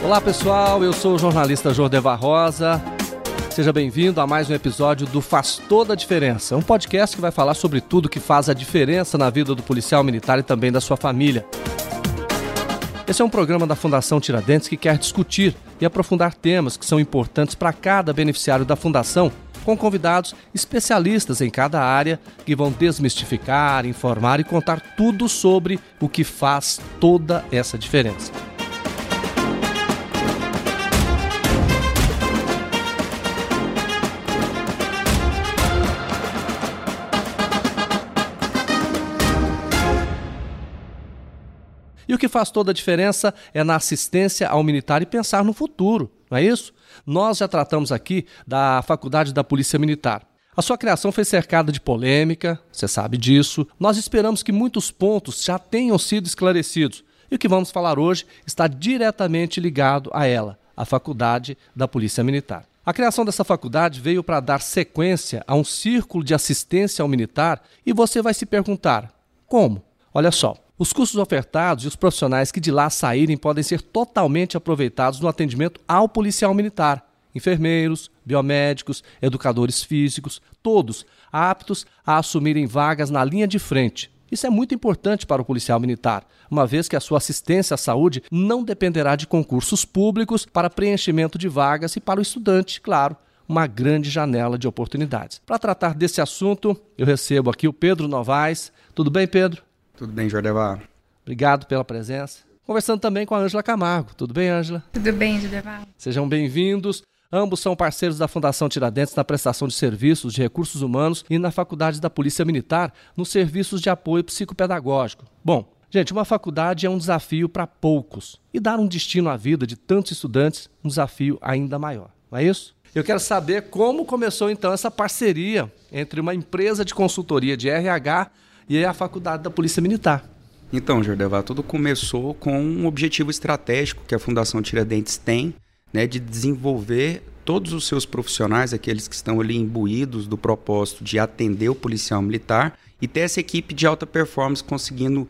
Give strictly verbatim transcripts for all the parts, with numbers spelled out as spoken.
Olá pessoal, eu sou o jornalista Jordevar Rosa. Seja bem-vindo a mais um episódio do Faz Toda a Diferença, um podcast que vai falar sobre tudo que faz a diferença na vida do policial militar e também da sua família. Esse é um programa da Fundação Tiradentes que quer discutir e aprofundar temas que são importantes para cada beneficiário da Fundação, com convidados especialistas em cada área que vão desmistificar, informar e contar tudo sobre o que faz toda essa diferença. E o que faz toda a diferença é na assistência ao militar e pensar no futuro, não é isso? Nós já tratamos aqui da Faculdade da Polícia Militar. A sua criação foi cercada de polêmica, você sabe disso. Nós esperamos que muitos pontos já tenham sido esclarecidos. E o que vamos falar hoje está diretamente ligado a ela, a Faculdade da Polícia Militar. A criação dessa faculdade veio para dar sequência a um círculo de assistência ao militar e você vai se perguntar, como? Olha só. Os cursos ofertados e os profissionais que de lá saírem podem ser totalmente aproveitados no atendimento ao policial militar. Enfermeiros, biomédicos, educadores físicos, todos aptos a assumirem vagas na linha de frente. Isso é muito importante para o policial militar, uma vez que a sua assistência à saúde não dependerá de concursos públicos para preenchimento de vagas e para o estudante, claro, uma grande janela de oportunidades. Para tratar desse assunto, eu recebo aqui o Pedro Novaes. Tudo bem, Pedro? Tudo bem, Jordevar. Obrigado pela presença. Conversando também com a Ângela Camargo. Tudo bem, Ângela? Tudo bem, Jordevar. Sejam bem-vindos. Ambos são parceiros da Fundação Tiradentes na prestação de serviços de recursos humanos e na Faculdade da Polícia Militar nos serviços de apoio psicopedagógico. Bom, gente, uma faculdade é um desafio para poucos. E dar um destino à vida de tantos estudantes, um desafio ainda maior. Não é isso? Eu quero saber como começou, então, essa parceria entre uma empresa de consultoria de R H e a Faculdade da Polícia Militar. Então, Jordevar, tudo começou com um objetivo estratégico que a Fundação Tiradentes tem, né, de desenvolver todos os seus profissionais, aqueles que estão ali imbuídos do propósito de atender o policial militar e ter essa equipe de alta performance conseguindo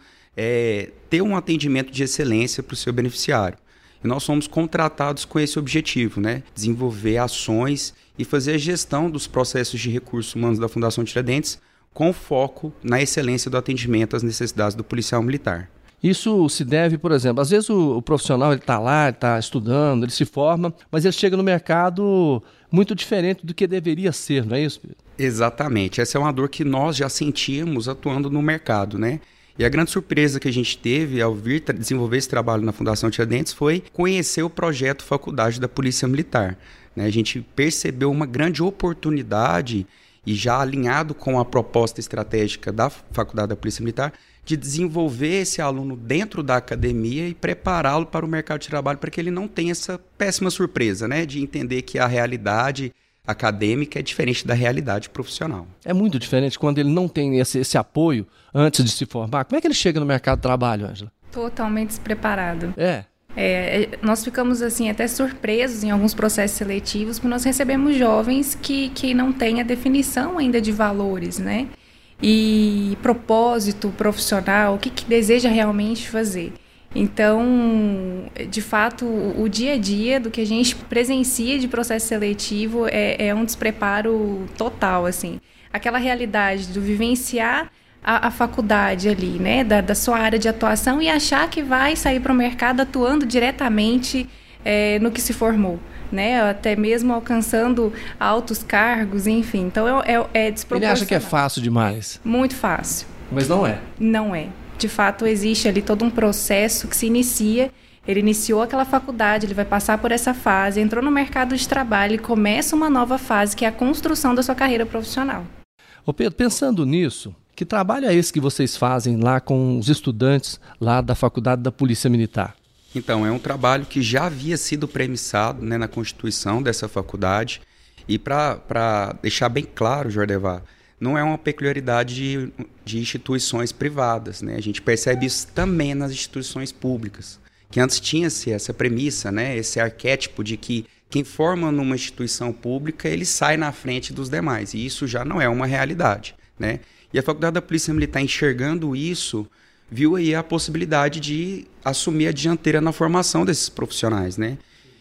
é, ter um atendimento de excelência para o seu beneficiário. E nós somos contratados com esse objetivo, né, desenvolver ações e fazer a gestão dos processos de recursos humanos da Fundação Tiradentes com foco na excelência do atendimento às necessidades do policial militar. Isso se deve, por exemplo, às vezes o, o profissional está lá, está estudando, ele se forma, mas ele chega no mercado muito diferente do que deveria ser, não é isso, Pedro? Exatamente. Essa é uma dor que nós já sentíamos atuando no mercado, né? E a grande surpresa que a gente teve ao vir tra- desenvolver esse trabalho na Fundação Tiradentes foi conhecer o projeto Faculdade da Polícia Militar, né? A gente percebeu uma grande oportunidade e já alinhado com a proposta estratégica da Faculdade da Polícia Militar, de desenvolver esse aluno dentro da academia e prepará-lo para o mercado de trabalho para que ele não tenha essa péssima surpresa, né, de entender que a realidade acadêmica é diferente da realidade profissional. É muito diferente quando ele não tem esse, esse apoio antes de se formar. Como é que ele chega no mercado de trabalho, Ângela? Totalmente despreparado. É. É, nós ficamos assim até surpresos em alguns processos seletivos, porque nós recebemos jovens que, que não têm a definição ainda de valores, né? E propósito profissional, o que, que deseja realmente fazer. Então, de fato, o, o dia a dia do que a gente presencia de processo seletivo é, é um despreparo total, assim. Aquela realidade do vivenciar A, a faculdade ali, né, da, da sua área de atuação e achar que vai sair para o mercado atuando diretamente é, no que se formou, né, até mesmo alcançando altos cargos, enfim. Então é, é, é desproporcional. Ele acha que é fácil demais. Muito fácil. Mas não é. Não é. De fato, existe ali todo um processo que se inicia. Ele iniciou aquela faculdade, ele vai passar por essa fase, entrou no mercado de trabalho e começa uma nova fase, que é a construção da sua carreira profissional. Ô Pedro, pensando nisso, que trabalho é esse que vocês fazem lá com os estudantes lá da Faculdade da Polícia Militar? Então, é um trabalho que já havia sido premissado, né, na constituição dessa faculdade. E para deixar bem claro, Jordevar, não é uma peculiaridade de, de instituições privadas, né? A gente percebe isso também nas instituições públicas, que antes tinha-se essa premissa, né, esse arquétipo de que quem forma numa instituição pública, ele sai na frente dos demais, e isso já não é uma realidade, né? E a Faculdade da Polícia Militar, enxergando isso, viu aí a possibilidade de assumir a dianteira na formação desses profissionais, né?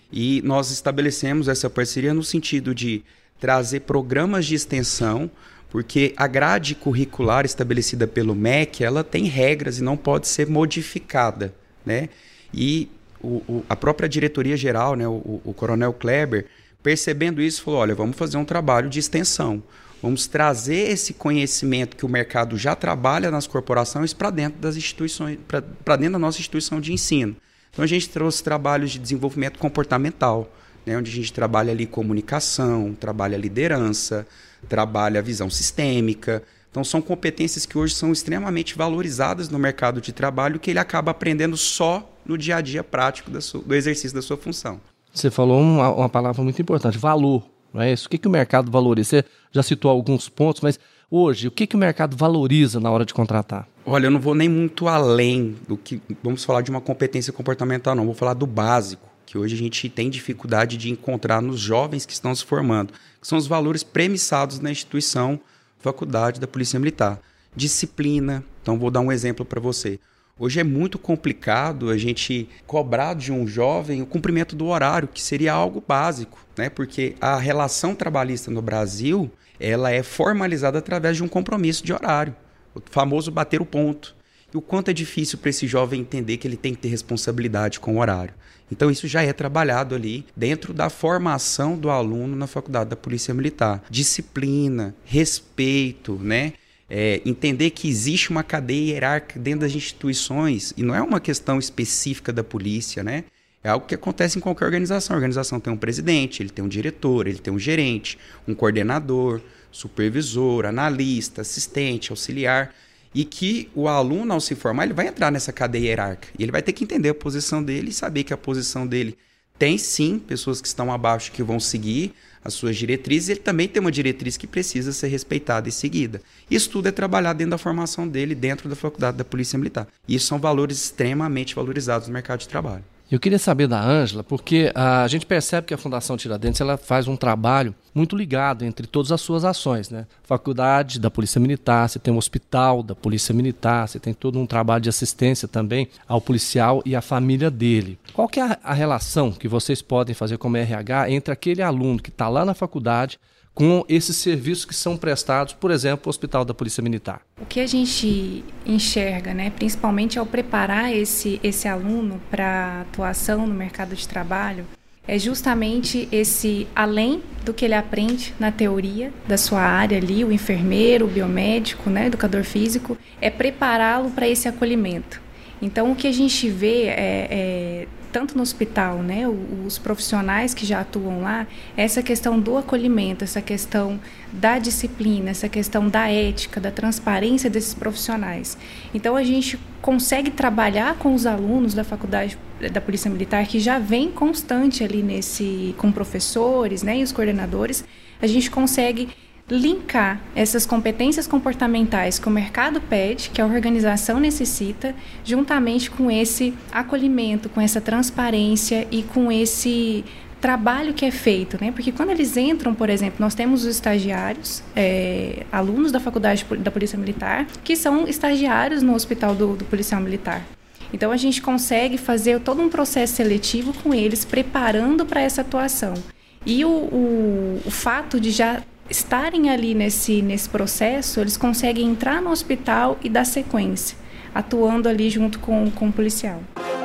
E nós estabelecemos essa parceria no sentido de trazer programas de extensão, porque a grade curricular estabelecida pelo M E C, ela tem regras e não pode ser modificada, né? E o, o, a própria diretoria-geral, né, o, o coronel Kleber, percebendo isso, falou, olha, vamos fazer um trabalho de extensão. Vamos trazer esse conhecimento que o mercado já trabalha nas corporações para dentro das instituições, para dentro da nossa instituição de ensino. Então a gente trouxe trabalhos de desenvolvimento comportamental, né, onde a gente trabalha ali comunicação, trabalha liderança, trabalha visão sistêmica. Então são competências que hoje são extremamente valorizadas no mercado de trabalho, que ele acaba aprendendo só no dia a dia prático da sua, do exercício da sua função. Você falou uma, uma palavra muito importante, valor, não é isso? O que, que o mercado valoriza? Você já citou alguns pontos, mas hoje, o que, que o mercado valoriza na hora de contratar? Olha, eu não vou nem muito além do que vamos falar de uma competência comportamental, não. Vou falar do básico, que hoje a gente tem dificuldade de encontrar nos jovens que estão se formando, que são os valores premissados na instituição, faculdade da Polícia Militar. Disciplina, então vou dar um exemplo para você. Hoje é muito complicado a gente cobrar de um jovem o cumprimento do horário, que seria algo básico, né? Porque a relação trabalhista no Brasil, ela é formalizada através de um compromisso de horário, o famoso bater o ponto. E o quanto é difícil para esse jovem entender que ele tem que ter responsabilidade com o horário. Então isso já é trabalhado ali dentro da formação do aluno na faculdade da Polícia Militar. Disciplina, respeito, né? É, entender que existe uma cadeia hierárquica dentro das instituições, e não é uma questão específica da polícia, né? É algo que acontece em qualquer organização. A organização tem um presidente, ele tem um diretor, ele tem um gerente, um coordenador, supervisor, analista, assistente, auxiliar, e que o aluno, ao se formar, ele vai entrar nessa cadeia hierárquica, e ele vai ter que entender a posição dele e saber que a posição dele tem sim pessoas que estão abaixo que vão seguir as suas diretrizes, e ele também tem uma diretriz que precisa ser respeitada e seguida. Isso tudo é trabalhado dentro da formação dele, dentro da faculdade da Polícia Militar. E isso são valores extremamente valorizados no mercado de trabalho. Eu queria saber da Ângela, porque a gente percebe que a Fundação Tiradentes ela faz um trabalho muito ligado entre todas as suas ações, né? Faculdade da Polícia Militar, você tem um hospital da Polícia Militar, você tem todo um trabalho de assistência também ao policial e à família dele. Qual que é a, a relação que vocês podem fazer como R H entre aquele aluno que está lá na faculdade com esses serviços que são prestados, por exemplo, o Hospital da Polícia Militar? O que a gente enxerga, né, principalmente ao preparar esse, esse aluno para atuação no mercado de trabalho, é justamente esse, além do que ele aprende na teoria da sua área ali, o enfermeiro, o biomédico, né, educador físico, é prepará-lo para esse acolhimento. Então, o que a gente vê é... é tanto no hospital, né, os profissionais que já atuam lá, essa questão do acolhimento, essa questão da disciplina, essa questão da ética, da transparência desses profissionais. Então a gente consegue trabalhar com os alunos da faculdade da Polícia Militar, que já vem constante ali nesse, com professores, né, e os coordenadores, a gente consegue linkar essas competências comportamentais que o mercado pede, que a organização necessita, juntamente com esse acolhimento, com essa transparência e com esse trabalho que é feito, né? Porque quando eles entram, por exemplo, nós temos os estagiários, é, alunos da faculdade da Polícia Militar, que são estagiários no hospital do, do policial militar. Então a gente consegue fazer todo um processo seletivo com eles, preparando para essa atuação. E o, o, o fato de já estarem ali nesse, nesse processo, eles conseguem entrar no hospital e dar sequência, atuando ali junto com, com o policial.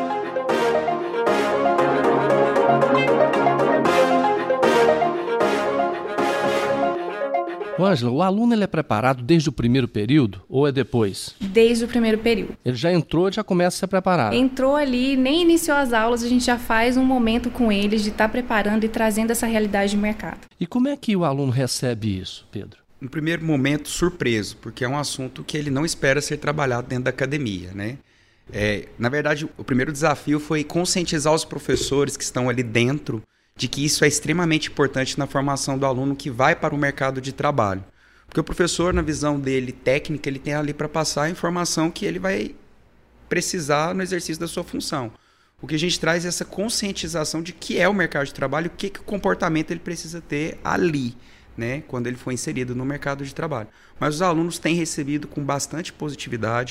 Ângela, o aluno ele é preparado desde o primeiro período ou é depois? Desde o primeiro período. Ele já entrou e já começa a ser preparado? Entrou ali, nem iniciou as aulas, a gente já faz um momento com eles de estar preparando e trazendo essa realidade de mercado. E como é que o aluno recebe isso, Pedro? No primeiro momento, surpreso, porque é um assunto que ele não espera ser trabalhado dentro da academia, né? É, na verdade, o primeiro desafio foi conscientizar os professores que estão ali dentro de que isso é extremamente importante na formação do aluno que vai para o mercado de trabalho. Porque o professor, na visão dele técnica, ele tem ali para passar a informação que ele vai precisar no exercício da sua função. O que a gente traz é essa conscientização de que é o mercado de trabalho, o que, que o comportamento ele precisa ter ali, né, quando ele for inserido no mercado de trabalho. Mas os alunos têm recebido com bastante positividade,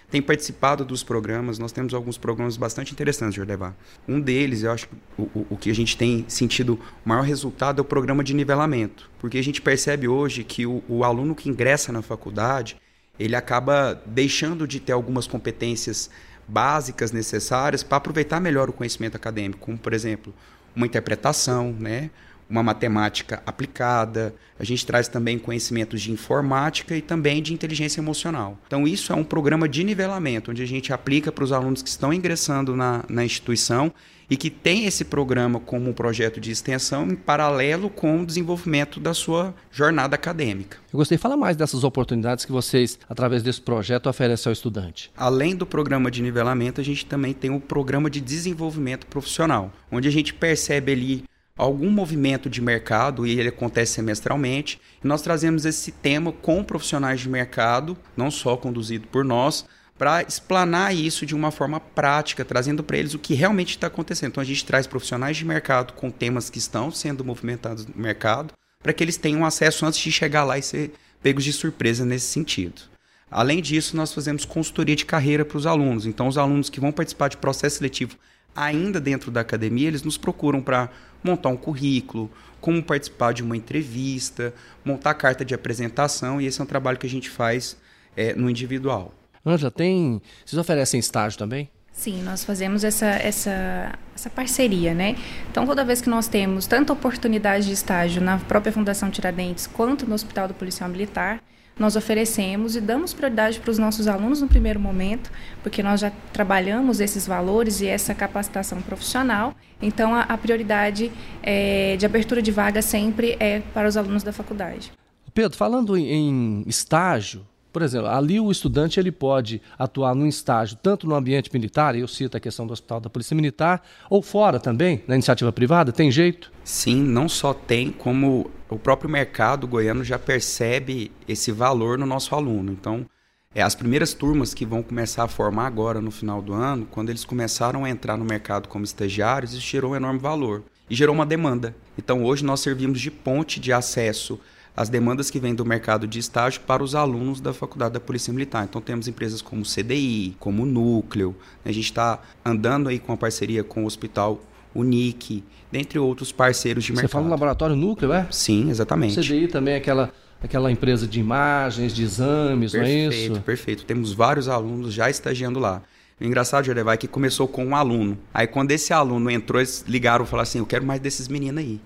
tem participado dos programas. Nós temos alguns programas bastante interessantes, Jordevar. Um deles, eu acho que o, o, o que a gente tem sentido o maior resultado é o programa de nivelamento, porque a gente percebe hoje que o, o aluno que ingressa na faculdade, ele acaba deixando de ter algumas competências básicas necessárias para aproveitar melhor o conhecimento acadêmico, como, por exemplo, uma interpretação, né? Uma matemática aplicada. A gente traz também conhecimentos de informática e também de inteligência emocional. Então, isso é um programa de nivelamento, onde a gente aplica para os alunos que estão ingressando na, na instituição e que tem esse programa como um projeto de extensão em paralelo com o desenvolvimento da sua jornada acadêmica. Eu gostaria de falar mais dessas oportunidades que vocês, através desse projeto, oferecem ao estudante. Além do programa de nivelamento, a gente também tem o programa de desenvolvimento profissional, onde a gente percebe ali algum movimento de mercado, e ele acontece semestralmente, e nós trazemos esse tema com profissionais de mercado, não só conduzido por nós, para explanar isso de uma forma prática, trazendo para eles o que realmente está acontecendo. Então a gente traz profissionais de mercado com temas que estão sendo movimentados no mercado, para que eles tenham acesso antes de chegar lá e ser pegos de surpresa nesse sentido. Além disso, nós fazemos consultoria de carreira para os alunos. Então os alunos que vão participar de processo seletivo ainda dentro da academia, eles nos procuram para montar um currículo, como participar de uma entrevista, montar a carta de apresentação, e esse é um trabalho que a gente faz é, no individual. Ângela, tem... vocês oferecem estágio também? Sim, nós fazemos essa, essa, essa parceria, né? Então, toda vez que nós temos tanta oportunidade de estágio na própria Fundação Tiradentes quanto no Hospital do Policial Militar, nós oferecemos e damos prioridade para os nossos alunos no primeiro momento, porque nós já trabalhamos esses valores e essa capacitação profissional. Então, a, a prioridade é, de abertura de vaga sempre é para os alunos da faculdade. Pedro, falando em, em estágio, por exemplo, ali o estudante ele pode atuar num estágio tanto no ambiente militar, eu cito a questão do Hospital da Polícia Militar, ou fora também, na iniciativa privada, tem jeito? Sim, não só tem, como o próprio mercado goiano já percebe esse valor no nosso aluno. Então, é, as primeiras turmas que vão começar a formar agora no final do ano, quando eles começaram a entrar no mercado como estagiários, isso gerou um enorme valor e gerou uma demanda. Então, hoje nós servimos de ponte de acesso as demandas que vêm do mercado de estágio para os alunos da Faculdade da Polícia Militar. Então temos empresas como o C D I, como o Núcleo, a gente está andando aí com a parceria com o Hospital Unic, dentre outros parceiros de mercado. Você fala no laboratório Núcleo, é? Sim, exatamente. O C D I também é aquela, aquela empresa de imagens, de exames, perfeito, não é isso? Perfeito, perfeito. Temos vários alunos já estagiando lá. O engraçado, Jordevar, é que começou com um aluno. Aí quando esse aluno entrou, eles ligaram e falaram assim, eu quero mais desses meninos aí.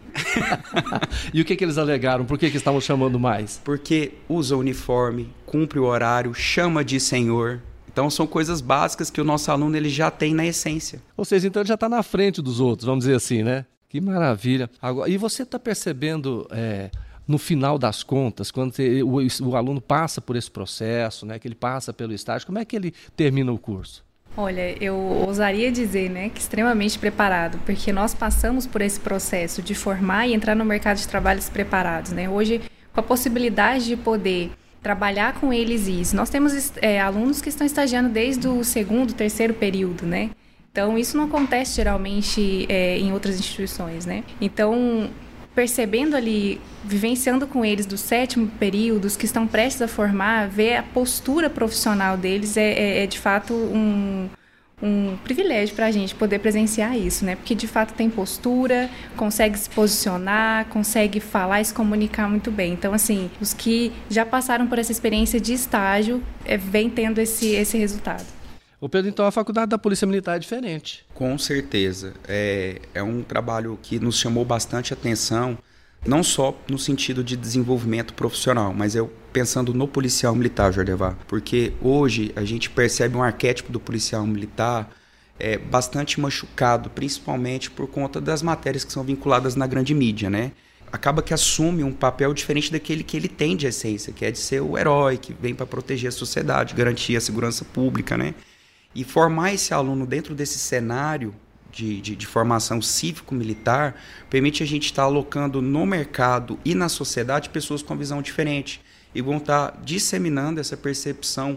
E o que, que eles alegaram? Por que, que estavam chamando mais? Porque usa uniforme, cumpre o horário, chama de senhor. Então são coisas básicas que o nosso aluno ele já tem na essência. Ou seja, então ele já está na frente dos outros, vamos dizer assim, né? Que maravilha. Agora, e você está percebendo... É... no final das contas, quando o, o aluno passa por esse processo, né, que ele passa pelo estágio, como é que ele termina o curso? Olha, eu ousaria dizer, né, que extremamente preparado, porque nós passamos por esse processo de formar e entrar no mercado de trabalho despreparados, né? Hoje, com a possibilidade de poder trabalhar com eles isso, nós temos é, alunos que estão estagiando desde o segundo, terceiro período, né? Então, isso não acontece geralmente é, em outras instituições, né? Então, percebendo ali, vivenciando com eles do sétimo período, os que estão prestes a formar, ver a postura profissional deles é, é, é de fato um, um privilégio para a gente poder presenciar isso, né? Porque de fato tem postura, consegue se posicionar, consegue falar e se comunicar muito bem. Então, assim, os que já passaram por essa experiência de estágio é, vem tendo esse, esse resultado. Ô Pedro, então a Faculdade da Polícia Militar é diferente. Com certeza. É, é um trabalho que nos chamou bastante atenção, não só no sentido de desenvolvimento profissional, mas eu pensando no policial militar, Jordevar. Porque hoje a gente percebe um arquétipo do policial militar é, bastante machucado, principalmente por conta das matérias que são vinculadas na grande mídia, né? Acaba que assume um papel diferente daquele que ele tem de essência, que é de ser o herói, que vem para proteger a sociedade, garantir a segurança pública, né? E formar esse aluno dentro desse cenário de, de, de formação cívico-militar permite a gente estar alocando no mercado e na sociedade pessoas com visão diferente e vão estar disseminando essa percepção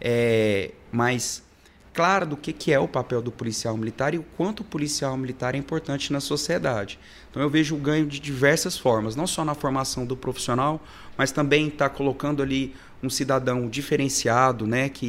é, mais clara do que, que é o papel do policial militar e o quanto o policial militar é importante na sociedade. Então eu vejo o ganho de diversas formas, não só na formação do profissional, mas também está colocando ali um cidadão diferenciado, né, que,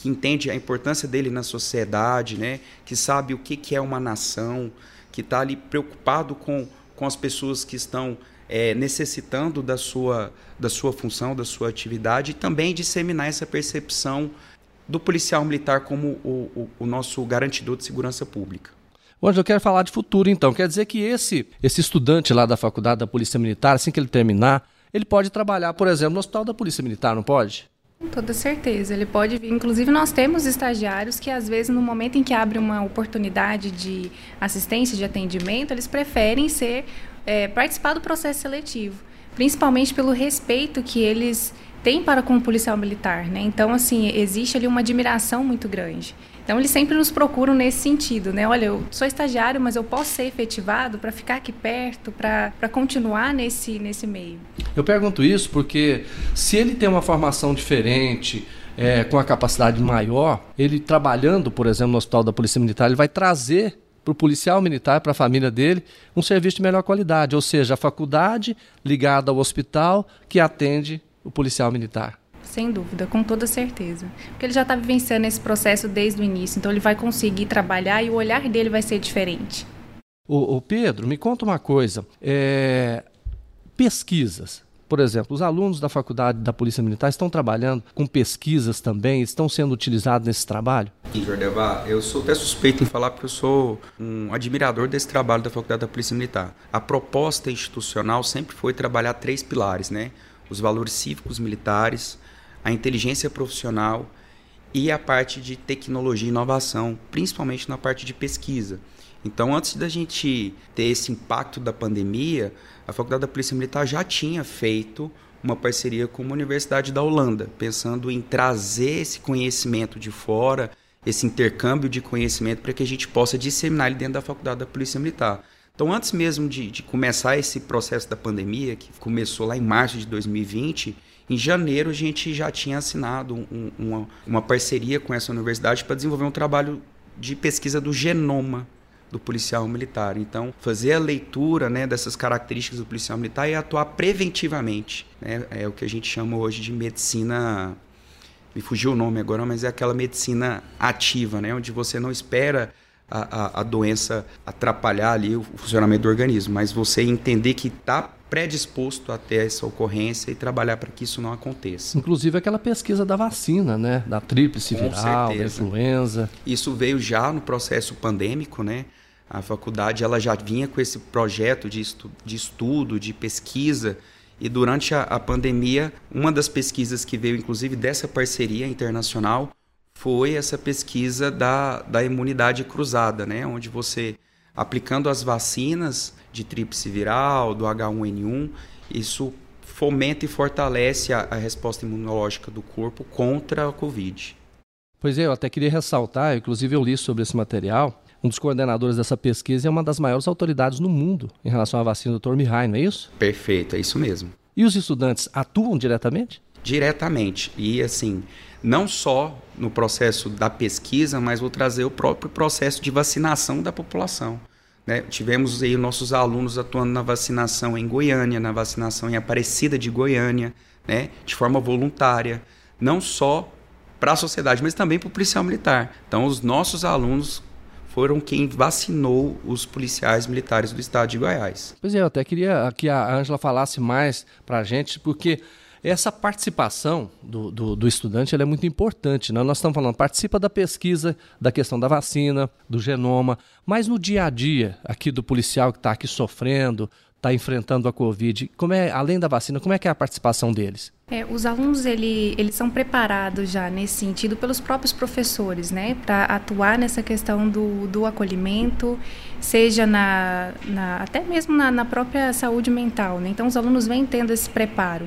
que entende a importância dele na sociedade, né? Que sabe o que, que é uma nação, que está ali preocupado com, com as pessoas que estão é, necessitando da sua, da sua função, da sua atividade, e também disseminar essa percepção do policial militar como o, o, o nosso garantidor de segurança pública. Hoje eu quero falar de futuro, então. Quer dizer que esse, esse estudante lá da faculdade da Polícia Militar, assim que ele terminar, ele pode trabalhar, por exemplo, no Hospital da Polícia Militar, não pode? Com toda certeza, ele pode vir. Inclusive, nós temos estagiários que, às vezes, no momento em que abre uma oportunidade de assistência, de atendimento, eles preferem ser, é, participar do processo seletivo, principalmente pelo respeito que eles têm para com o policial militar, né? Então, assim, existe ali uma admiração muito grande. Então, eles sempre nos procuram nesse sentido, né? Olha, eu sou estagiário, mas eu posso ser efetivado para ficar aqui perto, para continuar nesse, nesse meio. Eu pergunto isso porque se ele tem uma formação diferente, é, com a capacidade maior, ele trabalhando, por exemplo, no Hospital da Polícia Militar, ele vai trazer para o policial militar, para a família dele, um serviço de melhor qualidade, ou seja, a faculdade ligada ao hospital que atende o policial militar. Sem dúvida, com toda certeza. Porque ele já está vivenciando esse processo desde o início, então ele vai conseguir trabalhar e o olhar dele vai ser diferente. Ô, ô Pedro, me conta uma coisa. É, pesquisas, por exemplo, os alunos da faculdade da Polícia Militar estão trabalhando com pesquisas também, estão sendo utilizados nesse trabalho? Sim, Jordevar, eu sou até suspeito em falar porque eu sou um admirador desse trabalho da faculdade da Polícia Militar. A proposta institucional sempre foi trabalhar três pilares, né? Os valores cívicos militares, a inteligência profissional e a parte de tecnologia e inovação, principalmente na parte de pesquisa. Então, antes da gente ter esse impacto da pandemia, a Faculdade da Polícia Militar já tinha feito uma parceria com uma universidade da Holanda, pensando em trazer esse conhecimento de fora, esse intercâmbio de conhecimento, para que a gente possa disseminar ele dentro da Faculdade da Polícia Militar. Então, antes mesmo de, de começar esse processo da pandemia, que começou lá em março de dois mil e vinte, em janeiro a gente já tinha assinado um, uma, uma parceria com essa universidade para desenvolver um trabalho de pesquisa do genoma do policial militar. Então, fazer a leitura, né, dessas características do policial militar e atuar preventivamente, né? É o que a gente chama hoje de medicina, me fugiu o nome agora, mas é aquela medicina ativa, né, onde você não espera a, a, a doença atrapalhar ali o funcionamento do organismo, mas você entender que está predisposto a ter essa ocorrência e trabalhar para que isso não aconteça. Inclusive aquela pesquisa da vacina, né? Da tríplice viral, da influenza. Isso veio já no processo pandêmico, né? A faculdade ela já vinha com esse projeto de, estu de estudo, de pesquisa, e durante a, a pandemia, uma das pesquisas que veio, inclusive, dessa parceria internacional foi essa pesquisa da, da imunidade cruzada, né? Onde você, aplicando as vacinas de tríplice viral, do H um N um, isso fomenta e fortalece a, a resposta imunológica do corpo contra a Covid. Pois é, eu até queria ressaltar, inclusive eu li sobre esse material, um dos coordenadores dessa pesquisa é uma das maiores autoridades no mundo em relação à vacina, o doutor Mihai, não é isso? Perfeito, é isso mesmo. E os estudantes atuam diretamente? Diretamente, e assim, não só no processo da pesquisa, mas vou trazer o próprio processo de vacinação da população. Né? Tivemos aí nossos alunos atuando na vacinação em Goiânia, na vacinação em Aparecida de Goiânia, né? De forma voluntária, não só para a sociedade, mas também para o policial militar. Então, os nossos alunos foram quem vacinou os policiais militares do estado de Goiás. Pois é, eu até queria que a Ângela falasse mais para a gente, porque essa participação do, do, do estudante ela é muito importante, né? Nós estamos falando, participa da pesquisa, da questão da vacina, do genoma, mas no dia a dia aqui do policial que está aqui sofrendo, está enfrentando a Covid, como é, além da vacina, como é que é a participação deles? É, os alunos ele, eles são preparados já nesse sentido pelos próprios professores, né, para atuar nessa questão do, do acolhimento, seja na, na, até mesmo na, na própria saúde mental, né? Então os alunos vêm tendo esse preparo.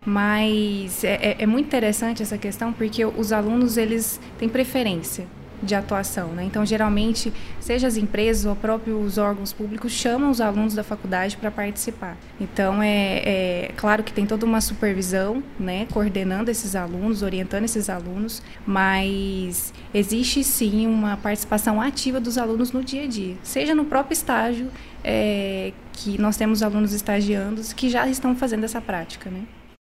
Mas é, é muito interessante essa questão porque os alunos eles têm preferência de atuação, né? Então, geralmente, seja as empresas ou próprios órgãos públicos chamam os alunos da faculdade para participar. Então, é, é claro que tem toda uma supervisão, né, coordenando esses alunos, orientando esses alunos, mas existe sim uma participação ativa dos alunos no dia a dia, seja no próprio estágio, é, que nós temos alunos estagiandos que já estão fazendo essa prática, né?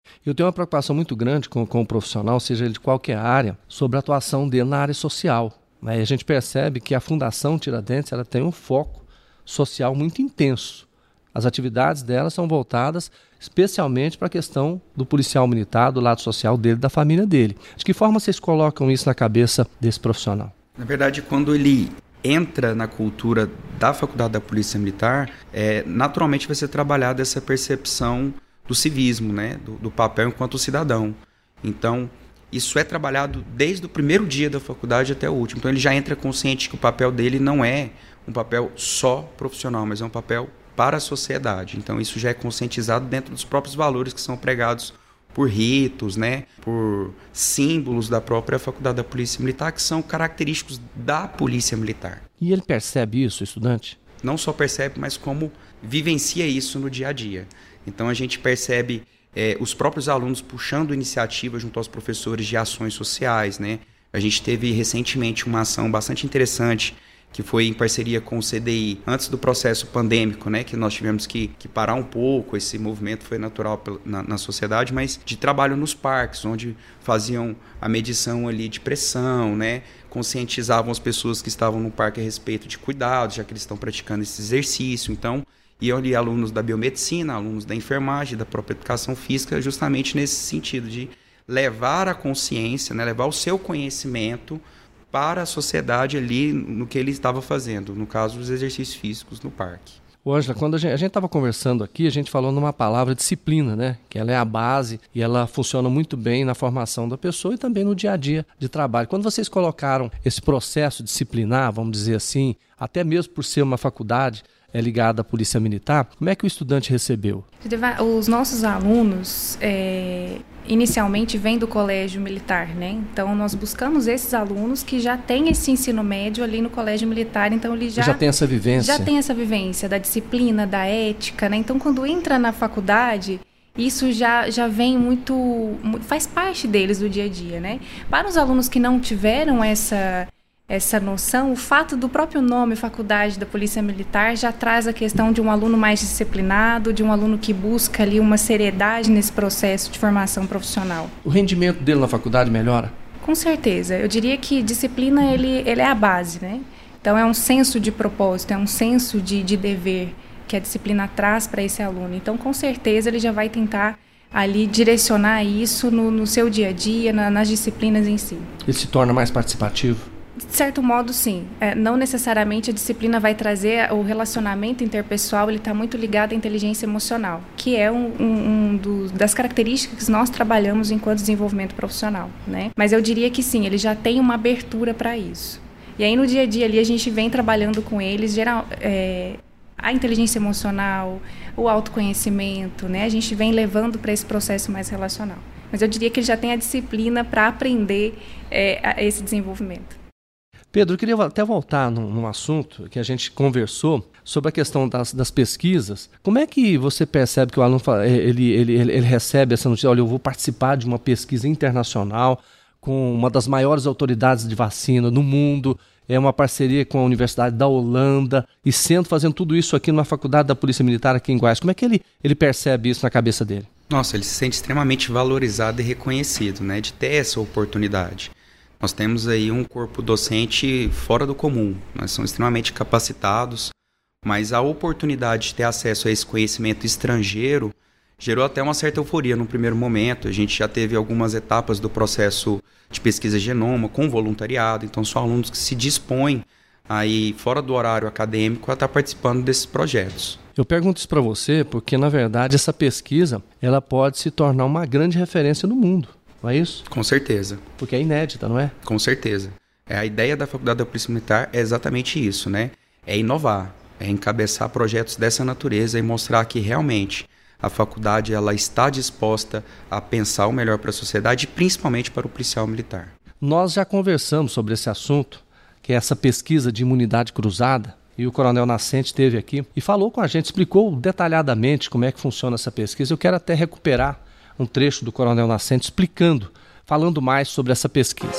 Eu tenho uma preocupação muito grande com, com o profissional, seja ele de qualquer área, sobre a atuação dele na área social. Né? E a gente percebe que a Fundação Tiradentes ela tem um foco social muito intenso. As atividades dela são voltadas especialmente para a questão do policial militar, do lado social dele, da família dele. De que forma vocês colocam isso na cabeça desse profissional? Na verdade, quando ele entra na cultura da Faculdade da Polícia Militar, é, naturalmente vai ser trabalhada essa percepção do civismo, né? do, do papel enquanto cidadão. Então, isso é trabalhado desde o primeiro dia da faculdade até o último. Então, ele já entra consciente que o papel dele não é um papel só profissional, mas é um papel para a sociedade. Então, isso já é conscientizado dentro dos próprios valores que são pregados por ritos, né, por símbolos da própria Faculdade da Polícia Militar, que são característicos da Polícia Militar. E ele percebe isso, estudante? Não só percebe, mas como vivencia isso no dia a dia. Então, a gente percebe é, os próprios alunos puxando iniciativa junto aos professores de ações sociais, né? A gente teve recentemente uma ação bastante interessante que foi em parceria com o C D I, antes do processo pandêmico, né, que nós tivemos que, que parar um pouco, esse movimento foi natural na, na sociedade, mas de trabalho nos parques, onde faziam a medição ali de pressão, né, conscientizavam as pessoas que estavam no parque a respeito de cuidados, já que eles estão praticando esse exercício. Então, iam ali alunos da biomedicina, alunos da enfermagem, da própria educação física, justamente nesse sentido de levar a consciência, né, levar o seu conhecimento para a sociedade ali no que ele estava fazendo, no caso, os exercícios físicos no parque. Ô, Ângela, quando a gente estava conversando aqui, a gente falou numa palavra disciplina, né? Que ela é a base e ela funciona muito bem na formação da pessoa e também no dia a dia de trabalho. Quando vocês colocaram esse processo disciplinar, vamos dizer assim, até mesmo por ser uma faculdade é ligada à Polícia Militar, como é que o estudante recebeu? Os nossos alunos, é, inicialmente, vêm do colégio militar, né? Então, nós buscamos esses alunos que já têm esse ensino médio ali no colégio militar, então ele já, já tem essa vivência. Já tem essa vivência da disciplina, da ética, né? Então, quando entra na faculdade, isso já, já vem muito, faz parte deles do dia a dia, né? Para os alunos que não tiveram essa... essa noção, o fato do próprio nome Faculdade da Polícia Militar já traz a questão de um aluno mais disciplinado, de um aluno que busca ali uma seriedade nesse processo de formação profissional. O rendimento dele na faculdade melhora? Com certeza. Eu diria que disciplina ele, ele é a base, né? Então é um senso de propósito, é um senso de, de dever que a disciplina traz para esse aluno. Então, com certeza, ele já vai tentar ali direcionar isso no, no seu dia a dia, na, nas disciplinas em si. Ele se torna mais participativo? De certo modo, sim. É, não necessariamente a disciplina vai trazer o relacionamento interpessoal, ele está muito ligado à inteligência emocional, que é um, um, um dos, das características que nós trabalhamos enquanto desenvolvimento profissional, né? Mas eu diria que sim, ele já tem uma abertura para isso. E aí no dia a dia ali a gente vem trabalhando com eles, geral, é, a inteligência emocional, o autoconhecimento, né? A gente vem levando para esse processo mais relacional. Mas eu diria que ele já tem a disciplina para aprender é, a esse desenvolvimento. Pedro, eu queria até voltar num, num assunto que a gente conversou sobre a questão das, das pesquisas. Como é que você percebe que o aluno fala, ele, ele, ele, ele recebe essa notícia, olha, eu vou participar de uma pesquisa internacional com uma das maiores autoridades de vacina no mundo, é uma parceria com a Universidade da Holanda, e sendo fazendo tudo isso aqui numa faculdade da Polícia Militar aqui em Goiás. Como é que ele, ele percebe isso na cabeça dele? Nossa, ele se sente extremamente valorizado e reconhecido, né, de ter essa oportunidade. Nós temos aí um corpo docente fora do comum, nós somos extremamente capacitados, mas a oportunidade de ter acesso a esse conhecimento estrangeiro gerou até uma certa euforia no primeiro momento. A gente já teve algumas etapas do processo de pesquisa genoma com voluntariado, então são alunos que se dispõem aí fora do horário acadêmico a estar participando desses projetos. Eu pergunto isso para você porque, na verdade, essa pesquisa ela pode se tornar uma grande referência no mundo. Não é isso? Com certeza. Porque é inédita, não é? Com certeza. É, a ideia da Faculdade da Polícia Militar é exatamente isso, né? É inovar, é encabeçar projetos dessa natureza e mostrar que realmente a faculdade ela está disposta a pensar o melhor para a sociedade e principalmente para o policial militar. Nós já conversamos sobre esse assunto, que é essa pesquisa de imunidade cruzada, e o Coronel Nascente esteve aqui e falou com a gente, explicou detalhadamente como é que funciona essa pesquisa. Eu quero até recuperar um trecho do Coronel Nascente explicando, falando mais sobre essa pesquisa.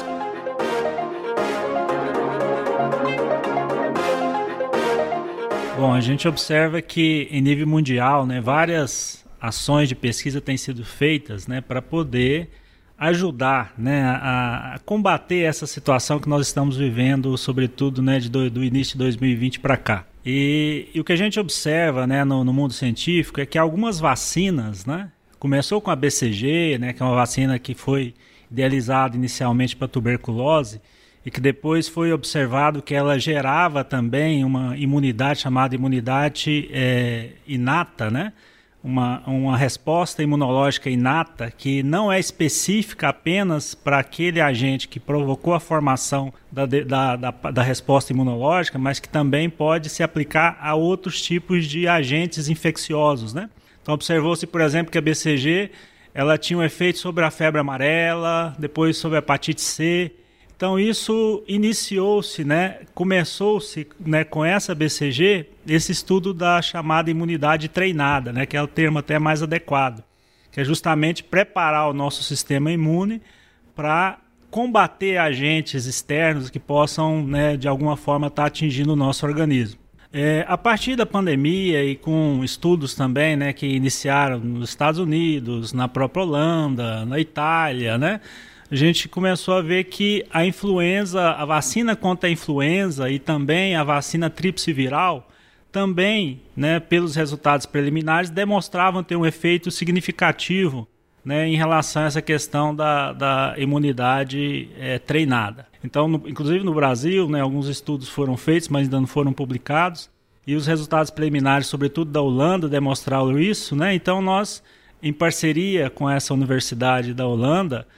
Bom, a gente observa que em nível mundial, né, várias ações de pesquisa têm sido feitas, né, para poder ajudar, né, a, a combater essa situação que nós estamos vivendo, sobretudo, né, de do, do início de dois mil e vinte para cá. E, e o que a gente observa, né, no, no mundo científico é que algumas vacinas, né, começou com a B C G, né, que é uma vacina que foi idealizada inicialmente para tuberculose e que depois foi observado que ela gerava também uma imunidade chamada imunidade é, inata, né? Uma, uma resposta imunológica inata que não é específica apenas para aquele agente que provocou a formação da, da, da, da resposta imunológica, mas que também pode se aplicar a outros tipos de agentes infecciosos, né? Então observou-se, por exemplo, que a B C G ela tinha um efeito sobre a febre amarela, depois sobre a hepatite C. Então isso iniciou-se, né, começou-se, né, com essa B C G, esse estudo da chamada imunidade treinada, né, que é o termo até mais adequado, que é justamente preparar o nosso sistema imune para combater agentes externos que possam, né, de alguma forma estar atingindo o nosso organismo. É, a partir da pandemia e com estudos também, né, que iniciaram nos Estados Unidos, na própria Holanda, na Itália, né, a gente começou a ver que a influenza, a vacina contra a influenza e também a vacina tríplice viral, também, né, pelos resultados preliminares, demonstravam ter um efeito significativo, né, em relação a essa questão da, da imunidade é, treinada. Então, no, inclusive no Brasil, né, alguns estudos foram feitos, mas ainda não foram publicados, e os resultados preliminares, sobretudo da Holanda, demonstraram isso, né? Então, nós, em parceria com essa universidade da Holanda,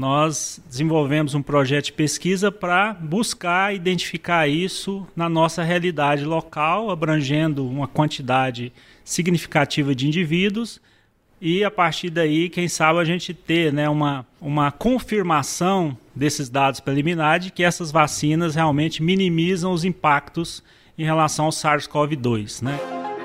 nós desenvolvemos um projeto de pesquisa para buscar identificar isso na nossa realidade local, abrangendo uma quantidade significativa de indivíduos e, a partir daí, quem sabe a gente ter, né, uma, uma confirmação desses dados preliminares de que essas vacinas realmente minimizam os impactos em relação ao SARS-CoV dois, né?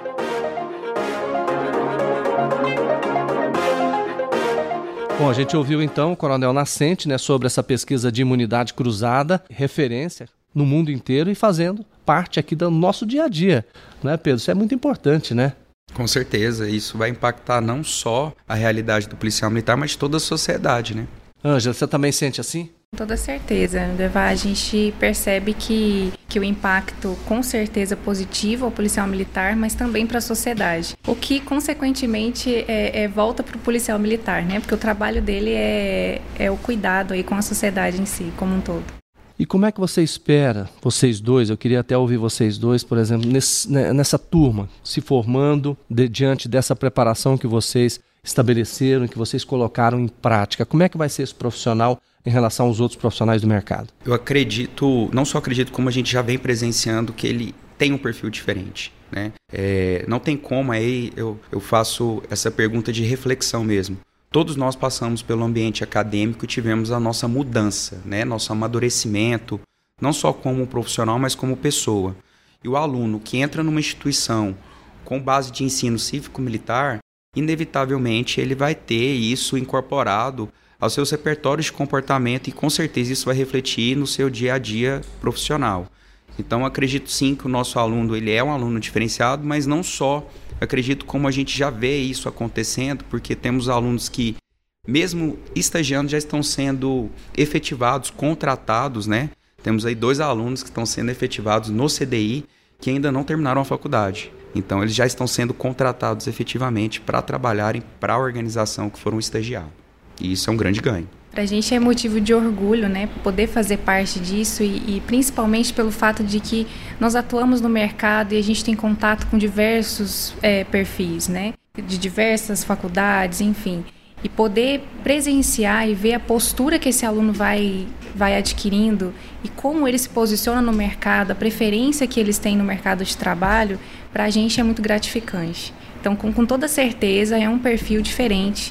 Bom, a gente ouviu então o Coronel Nascente, né, sobre essa pesquisa de imunidade cruzada, referência no mundo inteiro e fazendo parte aqui do nosso dia a dia, né, Pedro? Isso é muito importante, né? Com certeza, isso vai impactar não só a realidade do policial militar, mas toda a sociedade, né? Ângela, você também sente assim? Com toda certeza, Deva, a gente percebe que, que o impacto com certeza positivo ao policial militar, mas também para a sociedade. O que, consequentemente, é, é, volta para o policial militar, né? Porque o trabalho dele é, é o cuidado aí com a sociedade em si, como um todo. E como é que você espera, vocês dois, eu queria até ouvir vocês dois, por exemplo, nesse, nessa turma, se formando de, diante dessa preparação que vocês estabeleceram, que vocês colocaram em prática, como é que vai ser esse profissional em relação aos outros profissionais do mercado? Eu acredito, não só acredito, como a gente já vem presenciando que ele tem um perfil diferente, né? É, não tem como, aí eu, eu faço essa pergunta de reflexão mesmo. Todos nós passamos pelo ambiente acadêmico e tivemos a nossa mudança, né? Nosso amadurecimento, não só como profissional, mas como pessoa. E o aluno que entra numa instituição com base de ensino cívico-militar, inevitavelmente ele vai ter isso incorporado aos seus repertórios de comportamento e com certeza isso vai refletir no seu dia a dia profissional. Então acredito sim que o nosso aluno ele é um aluno diferenciado, mas não só, acredito como a gente já vê isso acontecendo, porque temos alunos que mesmo estagiando já estão sendo efetivados, contratados, né? Temos aí dois alunos que estão sendo efetivados no C D I que ainda não terminaram a faculdade. Então eles já estão sendo contratados efetivamente para trabalharem para a organização que foram estagiar. E isso é um grande ganho. Para a gente é motivo de orgulho, né, poder fazer parte disso e, e principalmente pelo fato de que nós atuamos no mercado e a gente tem contato com diversos é, perfis, né, de diversas faculdades, enfim. E poder presenciar e ver a postura que esse aluno vai, vai adquirindo e como ele se posiciona no mercado, a preferência que eles têm no mercado de trabalho, para a gente é muito gratificante. Então, com, com toda certeza, é um perfil diferente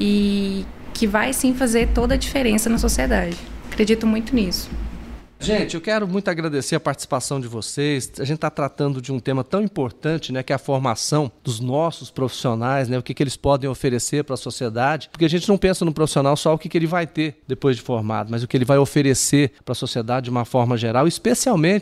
e que vai sim fazer toda a diferença na sociedade. Acredito muito nisso. Gente, eu quero muito agradecer a participação de vocês. A gente está tratando de um tema tão importante, né, que é a formação dos nossos profissionais, né, o que, que eles podem oferecer para a sociedade, porque a gente não pensa no profissional só o que, que ele vai ter depois de formado, mas o que ele vai oferecer para a sociedade de uma forma geral, especialmente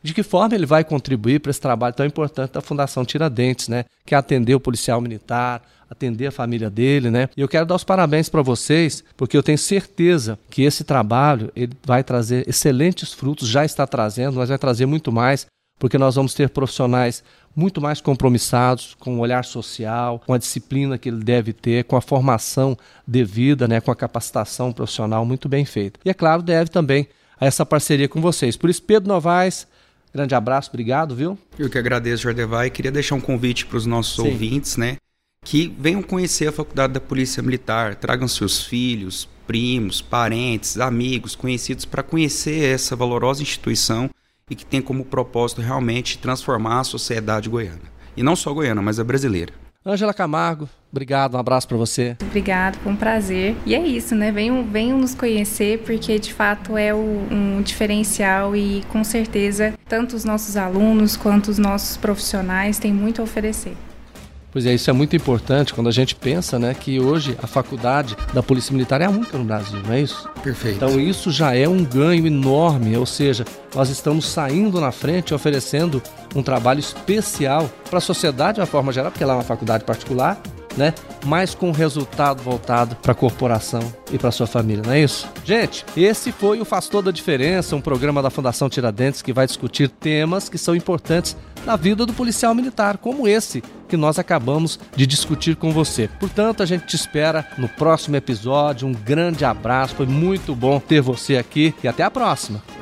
de que forma ele vai contribuir para esse trabalho tão importante da Fundação Tiradentes, né? Que é atender o policial militar, atender a família dele, né? E eu quero dar os parabéns para vocês, porque eu tenho certeza que esse trabalho ele vai trazer excelentes frutos, já está trazendo, mas vai trazer muito mais, porque nós vamos ter profissionais muito mais compromissados com o olhar social, com a disciplina que ele deve ter, com a formação devida, né? Com a capacitação profissional muito bem feita. E, é claro, deve também a essa parceria com vocês. Por isso, Pedro Novaes, grande abraço, obrigado, viu? Eu que agradeço, Jordevai, e queria deixar um convite para os nossos Sim. ouvintes, né? Que venham conhecer a Faculdade da Polícia Militar, tragam seus filhos, primos, parentes, amigos, conhecidos para conhecer essa valorosa instituição e que tem como propósito realmente transformar a sociedade goiana. E não só goiana, mas a brasileira. Ângela Camargo, obrigado, um abraço para você. Obrigado, foi um prazer. E é isso, né? Venham, venham nos conhecer, porque de fato é o, um diferencial e com certeza tanto os nossos alunos quanto os nossos profissionais têm muito a oferecer. Pois é, isso é muito importante quando a gente pensa, né, que hoje a faculdade da Polícia Militar é a única no Brasil, não é isso? Perfeito. Então isso já é um ganho enorme, ou seja, nós estamos saindo na frente oferecendo um trabalho especial para a sociedade de uma forma geral, porque ela é uma faculdade particular, né? Mas com resultado voltado para a corporação e para a sua família, não é isso? Gente, esse foi o Faz Toda a Diferença, um programa da Fundação Tiradentes que vai discutir temas que são importantes na vida do policial militar, como esse que nós acabamos de discutir com você. Portanto, a gente te espera no próximo episódio. Um grande abraço, foi muito bom ter você aqui e até a próxima.